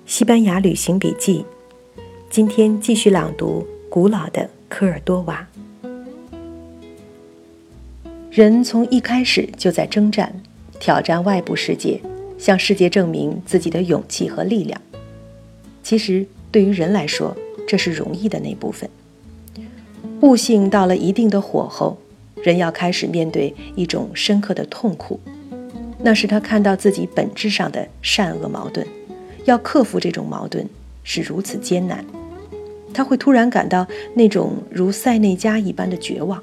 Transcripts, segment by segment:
西班牙旅行笔记，今天继续朗读古老的科尔多瓦。人从一开始就在征战，挑战外部世界，向世界证明自己的勇气和力量。其实对于人来说，这是容易的那部分。悟性到了一定的火候，人要开始面对一种深刻的痛苦，那是他看到自己本质上的善恶矛盾，要克服这种矛盾是如此艰难。他会突然感到那种如塞内加一般的绝望。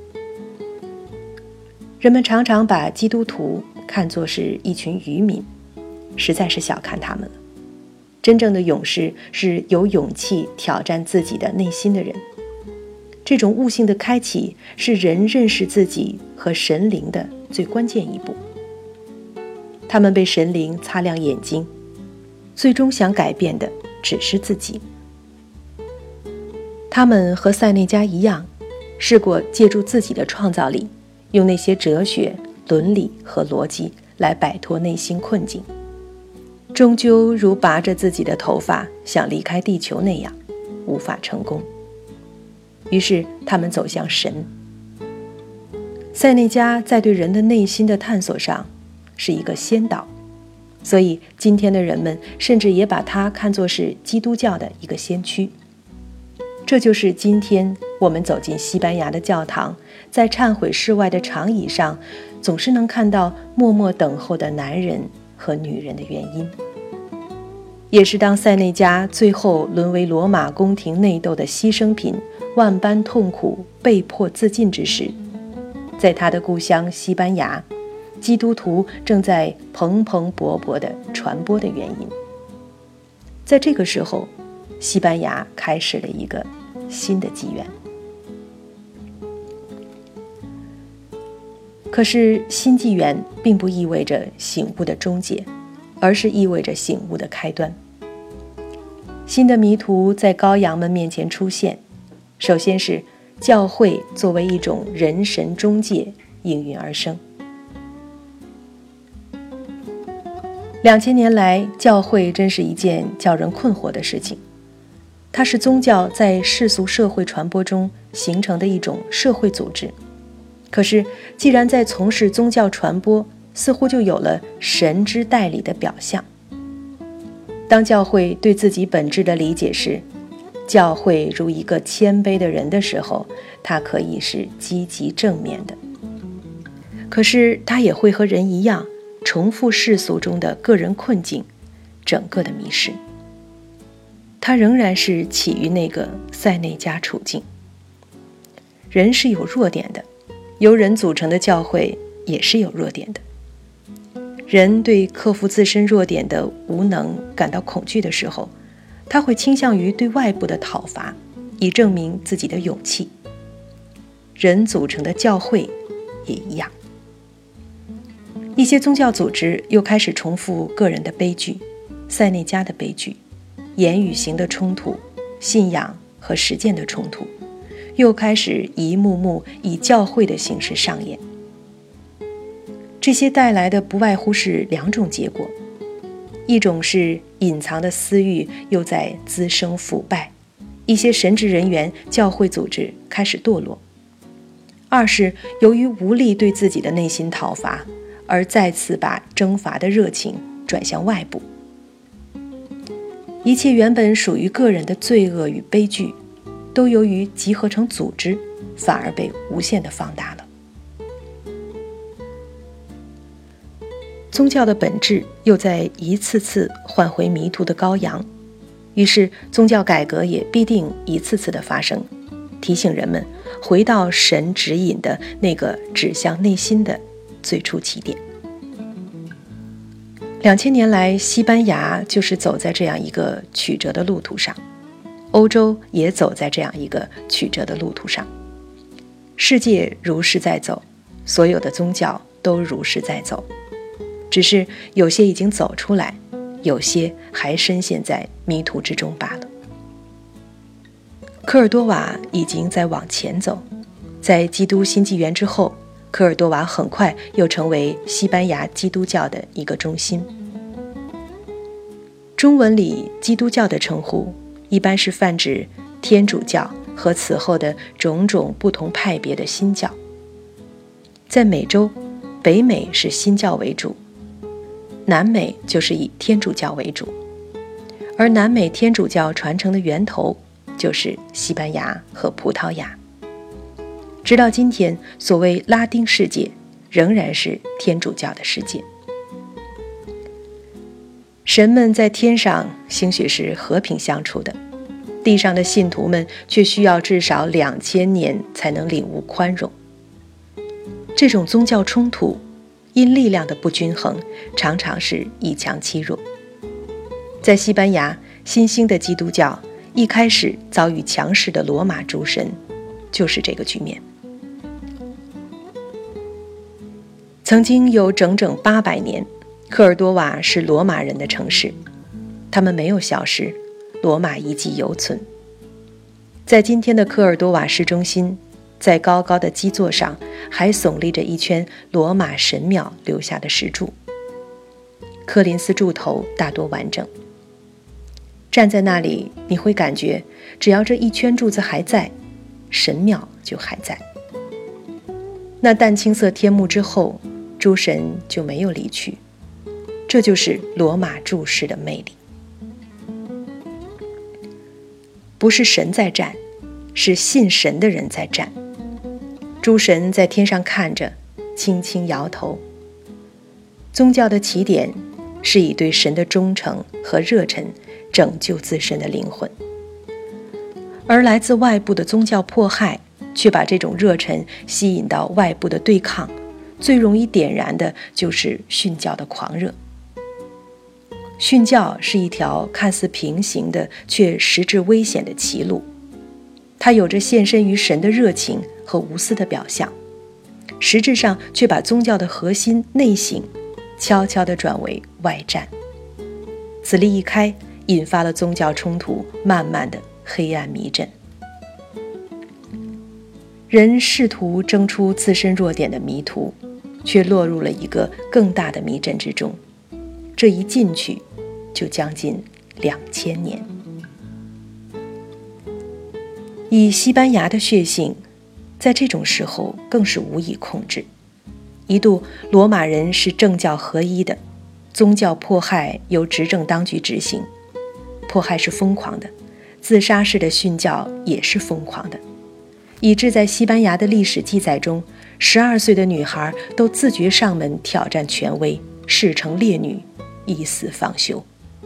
人们常常把基督徒看作是一群愚民，实在是小看他们了。真正的勇士是有勇气挑战自己的内心的人。这种悟性的开启是人认识自己和神灵的最关键一步。他们被神灵擦亮眼睛，最终想改变的只是自己。他们和塞内加一样，试过借助自己的创造力，用那些哲学、伦理和逻辑来摆脱内心困境，终究如拔着自己的头发想离开地球那样，无法成功。于是他们走向神。塞内加在对人的内心的探索上是一个先导，所以今天的人们甚至也把他看作是基督教的一个先驱。这就是今天我们走进西班牙的教堂，在忏悔室外的长椅上总是能看到默默等候的男人和女人的原因。也是当塞内加最后沦为罗马宫廷内斗的牺牲品，万般痛苦被迫自尽之时，在他的故乡西班牙，基督徒正在蓬蓬勃勃地传播的原因。在这个时候，西班牙开始了一个新的纪元。可是新纪元并不意味着醒悟的终结，而是意味着醒悟的开端。新的迷途在羔羊们面前出现，首先是教会作为一种人神中介应运而生。2000年来，教会真是一件叫人困惑的事情。它是宗教在世俗社会传播中形成的一种社会组织。可是，既然在从事宗教传播，似乎就有了神之代理的表象。当教会对自己本质的理解是，教会如一个谦卑的人的时候，它可以是积极正面的。可是，它也会和人一样，重复世俗中的个人困境，整个的迷失。它仍然是起于那个塞内加处境。人是有弱点的，由人组成的教会也是有弱点的。人对克服自身弱点的无能感到恐惧的时候，他会倾向于对外部的讨伐，以证明自己的勇气。人组成的教会也一样。一些宗教组织又开始重复个人的悲剧，塞内加的悲剧，言语行的冲突，信仰和实践的冲突，又开始一幕幕以教会的形式上演。这些带来的不外乎是两种结果，一种是隐藏的私欲又在滋生腐败，一些神职人员、教会组织开始堕落；二是由于无力对自己的内心讨伐，而再次把征伐的热情转向外部。一切原本属于个人的罪恶与悲剧，都由于集合成组织，反而被无限地放大了。宗教的本质又在一次次换回迷途的羔羊，于是宗教改革也必定一次次的发生，提醒人们回到神指引的那个指向内心的最初起点。2000年来，西班牙就是走在这样一个曲折的路途上，欧洲也走在这样一个曲折的路途上。世界如是在走，所有的宗教都如是在走，只是有些已经走出来，有些还深陷在迷途之中罢了。科尔多瓦已经在往前走，在基督新纪元之后，科尔多瓦很快又成为西班牙基督教的一个中心。 中文里基督教的称呼一般是泛指天主教和此后的种种不同派别的新教。在美洲，北美是新教为主，南美就是以天主教为主，而南美天主教传承的源头就是西班牙和葡萄牙。直到今天，所谓拉丁世界仍然是天主教的世界。神们在天上兴许是和平相处的，地上的信徒们却需要至少2000年才能领悟宽容。这种宗教冲突因力量的不均衡，常常是以强欺弱。在西班牙，新兴的基督教一开始遭遇强势的罗马诸神，就是这个局面。曾经有整整800年，科尔多瓦是罗马人的城市，他们没有消失，罗马遗迹犹存。在今天的科尔多瓦市中心，在高高的基座上还耸立着一圈罗马神庙留下的石柱，科林斯柱头大多完整。站在那里，你会感觉只要这一圈柱子还在，神庙就还在。那淡青色天幕之后，诸神就没有离去，这就是罗马柱式的魅力。不是神在战，是信神的人在战。诸神在天上看着，轻轻摇头。宗教的起点是以对神的忠诚和热忱拯救自身的灵魂，而来自外部的宗教迫害却把这种热忱吸引到外部的对抗，最容易点燃的就是殉教的狂热。殉教是一条看似平行的却实质危险的歧路，它有着献身于神的热情和无私的表象，实质上却把宗教的核心内省悄悄地转为外战。此例一开，引发了宗教冲突慢慢的黑暗迷阵。人试图挣出自身弱点的迷途，却落入了一个更大的迷阵之中，这一进去就将近2000年。以西班牙的血性，在这种时候更是无以控制。一度罗马人是政教合一的，宗教迫害由执政当局执行，迫害是疯狂的，自杀式的殉教也是疯狂的，以致在西班牙的历史记载中，12岁的女孩都自觉上门挑战权威，誓成烈女，以死方休。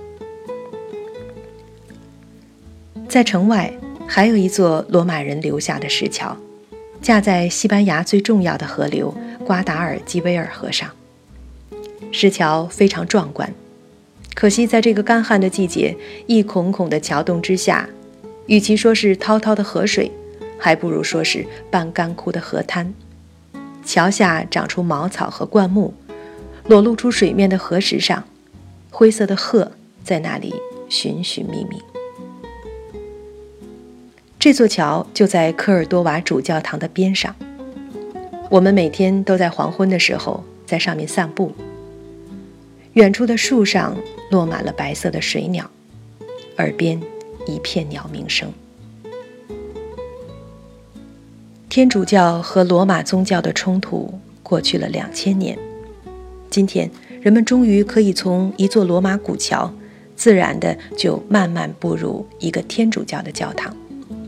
在城外还有一座罗马人留下的石桥，架在西班牙最重要的河流瓜达尔基维尔河上。石桥非常壮观，可惜在这个干旱的季节，一孔孔的桥洞之下，与其说是滔滔的河水，还不如说是半干枯的河滩。桥下长出茅草和灌木，裸露出水面的河石上，灰色的鹤在那里寻寻觅觅。这座桥就在科尔多瓦主教堂的边上，我们每天都在黄昏的时候在上面散步。远处的树上落满了白色的水鸟，耳边一片鸟鸣声。天主教和罗马宗教的冲突过去了2000年，今天人们终于可以从一座罗马古桥，自然的就慢慢步入一个天主教的教堂。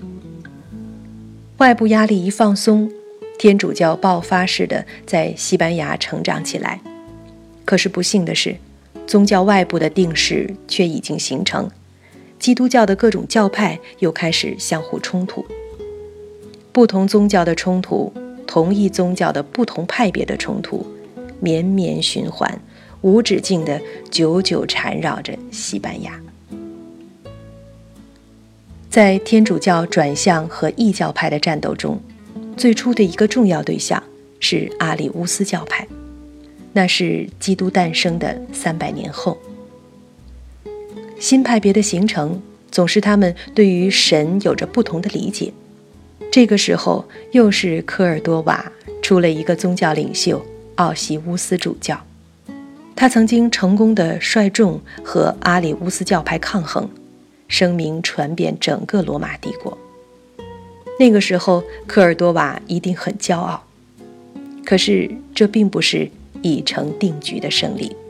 外部压力一放松，天主教爆发式的在西班牙成长起来。可是不幸的是，宗教外部的定势却已经形成，基督教的各种教派又开始相互冲突。不同宗教的冲突，同一宗教的不同派别的冲突，绵绵循环，无止境地久久缠绕着西班牙。在天主教转向和异教派的战斗中，最初的一个重要对象是阿里乌斯教派，那是基督诞生的300年后。新派别的形成，总是他们对于神有着不同的理解。这个时候，又是科尔多瓦出了一个宗教领袖奥西乌斯主教。 他曾经成功地率众和阿里乌斯教派抗衡，声名传遍整个罗马帝国。那个时候，科尔多瓦一定很骄傲。可是，这并不是已成定局的胜利。